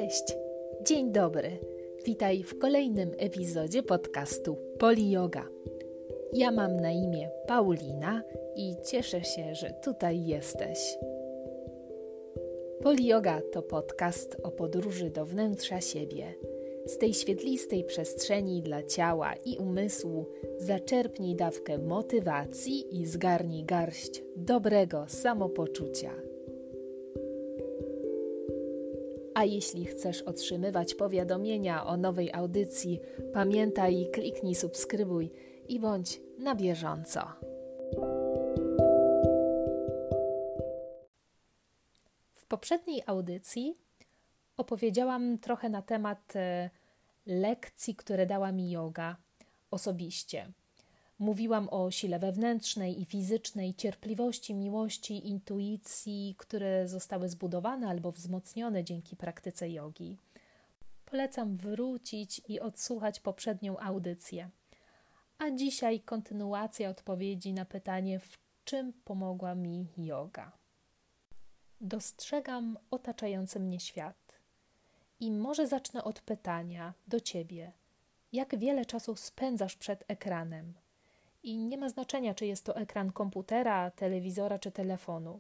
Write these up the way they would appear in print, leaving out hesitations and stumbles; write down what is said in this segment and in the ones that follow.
Cześć, dzień dobry. Witaj w kolejnym epizodzie podcastu Poliyoga. Ja mam na imię Paulina i cieszę się, że tutaj jesteś. Poliyoga to podcast o podróży do wnętrza siebie. Z tej świetlistej przestrzeni dla ciała i umysłu zaczerpnij dawkę motywacji i zgarnij garść dobrego samopoczucia. A jeśli chcesz otrzymywać powiadomienia o nowej audycji, pamiętaj, kliknij subskrybuj i bądź na bieżąco. W poprzedniej audycji opowiedziałam trochę na temat lekcji, które dała mi joga osobiście. Mówiłam o sile wewnętrznej i fizycznej, cierpliwości, miłości, intuicji, które zostały zbudowane albo wzmocnione dzięki praktyce jogi. Polecam wrócić i odsłuchać poprzednią audycję. A dzisiaj kontynuacja odpowiedzi na pytanie, w czym pomogła mi joga. Dostrzegam otaczający mnie świat. I może zacznę od pytania do Ciebie. Jak wiele czasu spędzasz przed ekranem? I nie ma znaczenia, czy jest to ekran komputera, telewizora czy telefonu.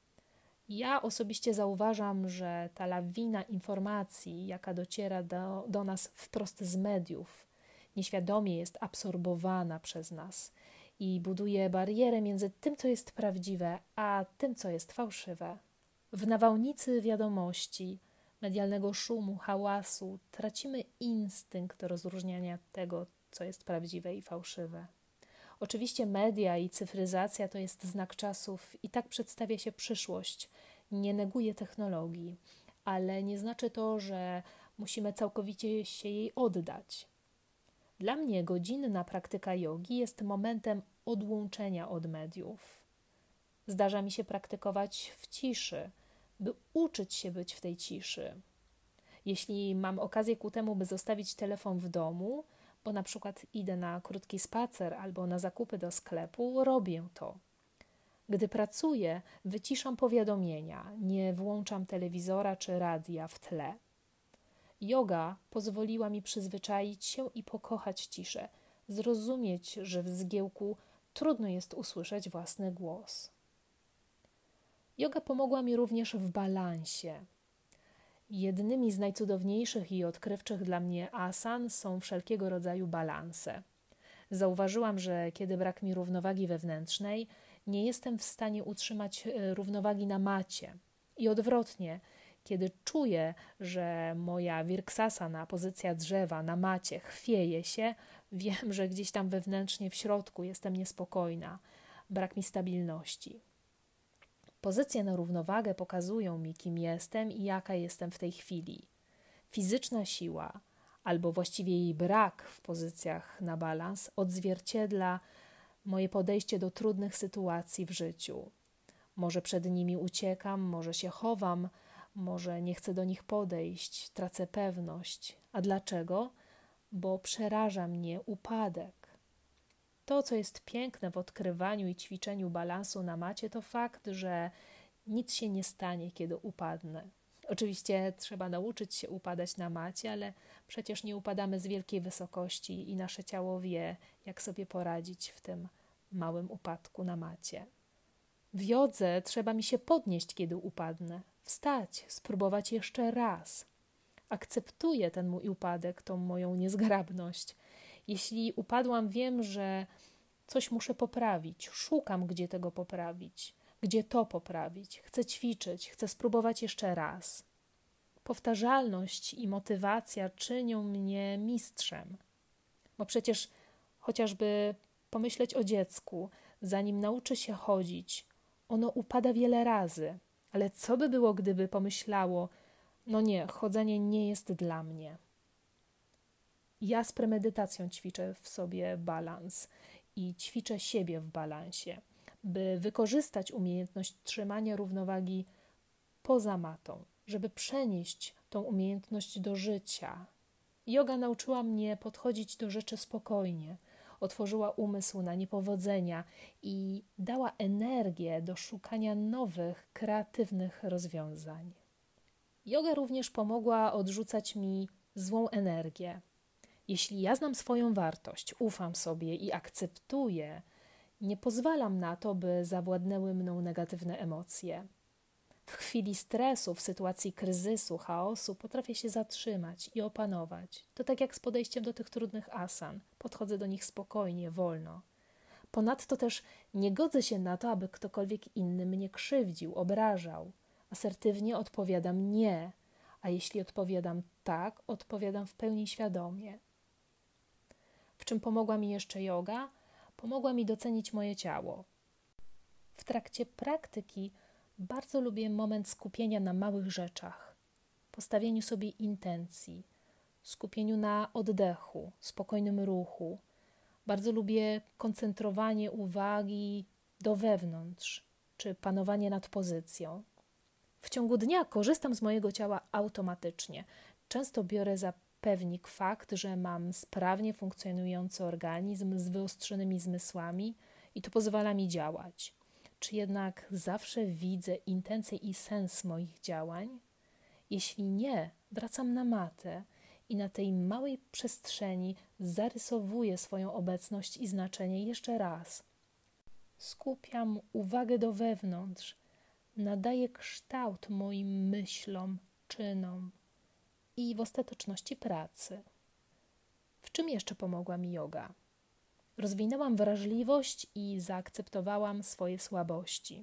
Ja osobiście zauważam, że ta lawina informacji, jaka dociera do nas wprost z mediów, nieświadomie jest absorbowana przez nas i buduje barierę między tym, co jest prawdziwe, a tym, co jest fałszywe. W nawałnicy wiadomości, medialnego szumu, hałasu tracimy instynkt rozróżniania tego, co jest prawdziwe i fałszywe. Oczywiście media i cyfryzacja to jest znak czasów i tak przedstawia się przyszłość. Nie neguję technologii, ale nie znaczy to, że musimy całkowicie się jej oddać. Dla mnie godzinna praktyka jogi jest momentem odłączenia od mediów. Zdarza mi się praktykować w ciszy, by uczyć się być w tej ciszy. Jeśli mam okazję ku temu, by zostawić telefon w domu, bo na przykład idę na krótki spacer albo na zakupy do sklepu, robię to. Gdy pracuję, wyciszam powiadomienia, nie włączam telewizora czy radia w tle. Joga pozwoliła mi przyzwyczaić się i pokochać ciszę, zrozumieć, że w zgiełku trudno jest usłyszeć własny głos. Joga pomogła mi również w balansie. Jednymi z najcudowniejszych i odkrywczych dla mnie asan są wszelkiego rodzaju balanse. Zauważyłam, że kiedy brak mi równowagi wewnętrznej, nie jestem w stanie utrzymać równowagi na macie. I odwrotnie, kiedy czuję, że moja virksasana, pozycja drzewa na macie chwieje się, wiem, że gdzieś tam wewnętrznie w środku jestem niespokojna, brak mi stabilności. Pozycje na równowagę pokazują mi, kim jestem i jaka jestem w tej chwili. Fizyczna siła, albo właściwie jej brak w pozycjach na balans, odzwierciedla moje podejście do trudnych sytuacji w życiu. Może przed nimi uciekam, może się chowam, może nie chcę do nich podejść, tracę pewność. A dlaczego? Bo przeraża mnie upadek. To, co jest piękne w odkrywaniu i ćwiczeniu balansu na macie, to fakt, że nic się nie stanie, kiedy upadnę. Oczywiście trzeba nauczyć się upadać na macie, ale przecież nie upadamy z wielkiej wysokości i nasze ciało wie, jak sobie poradzić w tym małym upadku na macie. W jodze trzeba mi się podnieść, kiedy upadnę, wstać, spróbować jeszcze raz. Akceptuję ten mój upadek, tą moją niezgrabność. Jeśli upadłam, wiem, że coś muszę poprawić. Szukam, gdzie tego poprawić, gdzie to poprawić. Chcę ćwiczyć, chcę spróbować jeszcze raz. Powtarzalność i motywacja czynią mnie mistrzem. Bo przecież chociażby pomyśleć o dziecku, zanim nauczy się chodzić, ono upada wiele razy. Ale co by było, gdyby pomyślało, no nie, chodzenie nie jest dla mnie. Ja z premedytacją ćwiczę w sobie balans i ćwiczę siebie w balansie, by wykorzystać umiejętność trzymania równowagi poza matą, żeby przenieść tą umiejętność do życia. Joga nauczyła mnie podchodzić do rzeczy spokojnie, otworzyła umysł na niepowodzenia i dała energię do szukania nowych, kreatywnych rozwiązań. Joga również pomogła odrzucać mi złą energię. Jeśli ja znam swoją wartość, ufam sobie i akceptuję, nie pozwalam na to, by zawładnęły mną negatywne emocje. W chwili stresu, w sytuacji kryzysu, chaosu potrafię się zatrzymać i opanować. To tak jak z podejściem do tych trudnych asan. Podchodzę do nich spokojnie, wolno. Ponadto też nie godzę się na to, aby ktokolwiek inny mnie krzywdził, obrażał. Asertywnie odpowiadam nie, a jeśli odpowiadam tak, odpowiadam w pełni świadomie. W czym pomogła mi jeszcze joga? Pomogła mi docenić moje ciało. W trakcie praktyki bardzo lubię moment skupienia na małych rzeczach, postawieniu sobie intencji, skupieniu na oddechu, spokojnym ruchu. Bardzo lubię koncentrowanie uwagi do wewnątrz, czy panowanie nad pozycją. W ciągu dnia korzystam z mojego ciała automatycznie. Często biorę za pewnik fakt, że mam sprawnie funkcjonujący organizm z wyostrzonymi zmysłami i to pozwala mi działać. Czy jednak zawsze widzę intencje i sens moich działań? Jeśli nie, wracam na matę i na tej małej przestrzeni zarysowuję swoją obecność i znaczenie jeszcze raz. Skupiam uwagę do wewnątrz, nadaję kształt moim myślom, czynom i w ostateczności pracy. W czym jeszcze pomogła mi joga? Rozwinęłam wrażliwość i zaakceptowałam swoje słabości.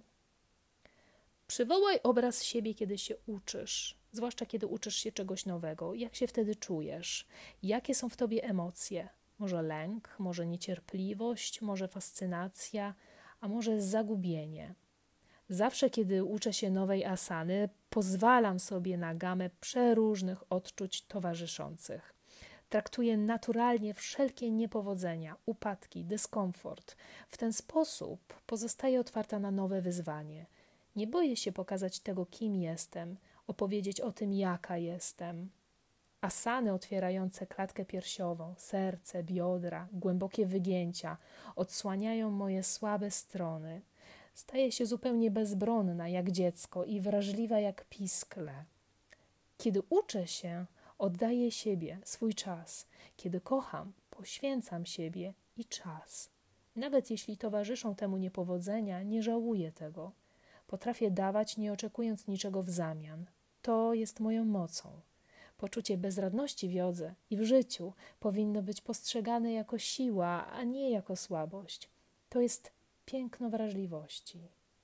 Przywołaj obraz siebie, kiedy się uczysz, zwłaszcza kiedy uczysz się czegoś nowego. Jak się wtedy czujesz? Jakie są w tobie emocje? Może lęk, może niecierpliwość, może fascynacja, a może zagubienie. Zawsze, kiedy uczę się nowej asany, pozwalam sobie na gamę przeróżnych odczuć towarzyszących. Traktuję naturalnie wszelkie niepowodzenia, upadki, dyskomfort. W ten sposób pozostaję otwarta na nowe wyzwanie. Nie boję się pokazać tego, kim jestem, opowiedzieć o tym, jaka jestem. Asany otwierające klatkę piersiową, serce, biodra, głębokie wygięcia odsłaniają moje słabe strony. Staję się zupełnie bezbronna jak dziecko i wrażliwa jak piskle. Kiedy uczę się, oddaję siebie, swój czas. Kiedy kocham, poświęcam siebie i czas. Nawet jeśli towarzyszą temu niepowodzenia, nie żałuję tego. Potrafię dawać, nie oczekując niczego w zamian. To jest moją mocą. Poczucie bezradności w jodze i w życiu powinno być postrzegane jako siła, a nie jako słabość. To jest piękno wrażliwości.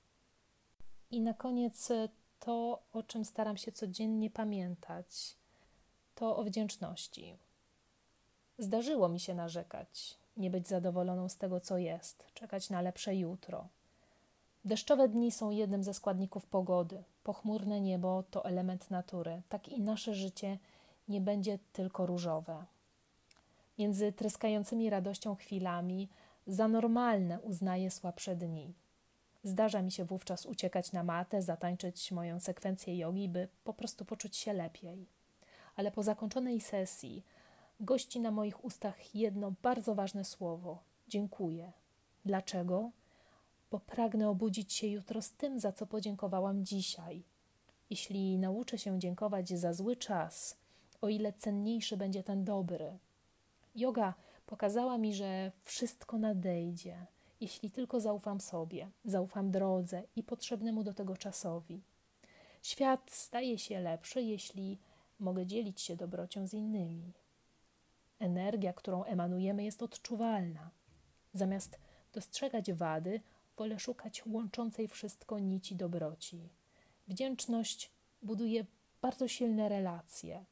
I na koniec to, o czym staram się codziennie pamiętać, to o wdzięczności. Zdarzyło mi się narzekać, nie być zadowoloną z tego, co jest, czekać na lepsze jutro. Deszczowe dni są jednym ze składników pogody. Pochmurne niebo to element natury. Tak i nasze życie nie będzie tylko różowe. Między tryskającymi radością chwilami za normalne uznaję słabsze dni. Zdarza mi się wówczas uciekać na matę, zatańczyć moją sekwencję jogi, by po prostu poczuć się lepiej. Ale po zakończonej sesji gości na moich ustach jedno bardzo ważne słowo – dziękuję. Dlaczego? Bo pragnę obudzić się jutro z tym, za co podziękowałam dzisiaj. Jeśli nauczę się dziękować za zły czas, o ile cenniejszy będzie ten dobry. Joga pokazała mi, że wszystko nadejdzie, jeśli tylko zaufam sobie, zaufam drodze i potrzebnemu do tego czasowi. Świat staje się lepszy, jeśli mogę dzielić się dobrocią z innymi. Energia, którą emanujemy, jest odczuwalna. Zamiast dostrzegać wady, wolę szukać łączącej wszystko nici dobroci. Wdzięczność buduje bardzo silne relacje.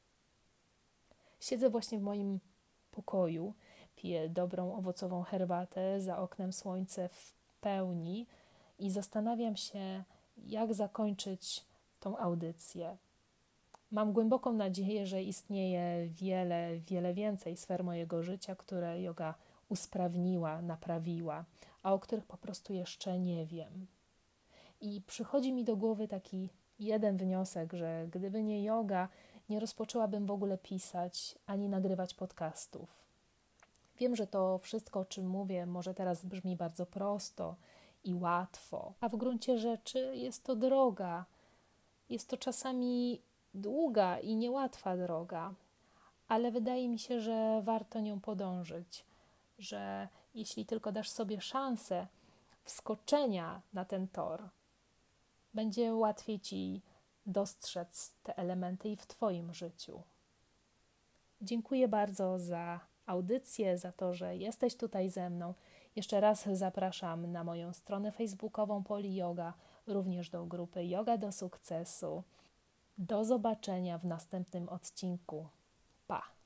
Siedzę właśnie w moim pokoju, piję dobrą owocową herbatę, za oknem słońce w pełni i zastanawiam się, jak zakończyć tą audycję. Mam głęboką nadzieję, że istnieje wiele więcej sfer mojego życia, które joga usprawniła, naprawiła, a o których po prostu jeszcze nie wiem. I przychodzi mi do głowy taki jeden wniosek, że gdyby nie joga, nie rozpoczęłabym w ogóle pisać ani nagrywać podcastów. Wiem, że to wszystko, o czym mówię, może teraz brzmi bardzo prosto i łatwo, a w gruncie rzeczy jest to droga. Jest to czasami długa i niełatwa droga, ale wydaje mi się, że warto nią podążyć, że jeśli tylko dasz sobie szansę wskoczenia na ten tor, będzie łatwiej Ci dostrzec te elementy i w Twoim życiu. Dziękuję bardzo za audycję, za to, że jesteś tutaj ze mną. Jeszcze raz zapraszam na moją stronę facebookową Poli Yoga, również do grupy Yoga do Sukcesu. Do zobaczenia w następnym odcinku. Pa!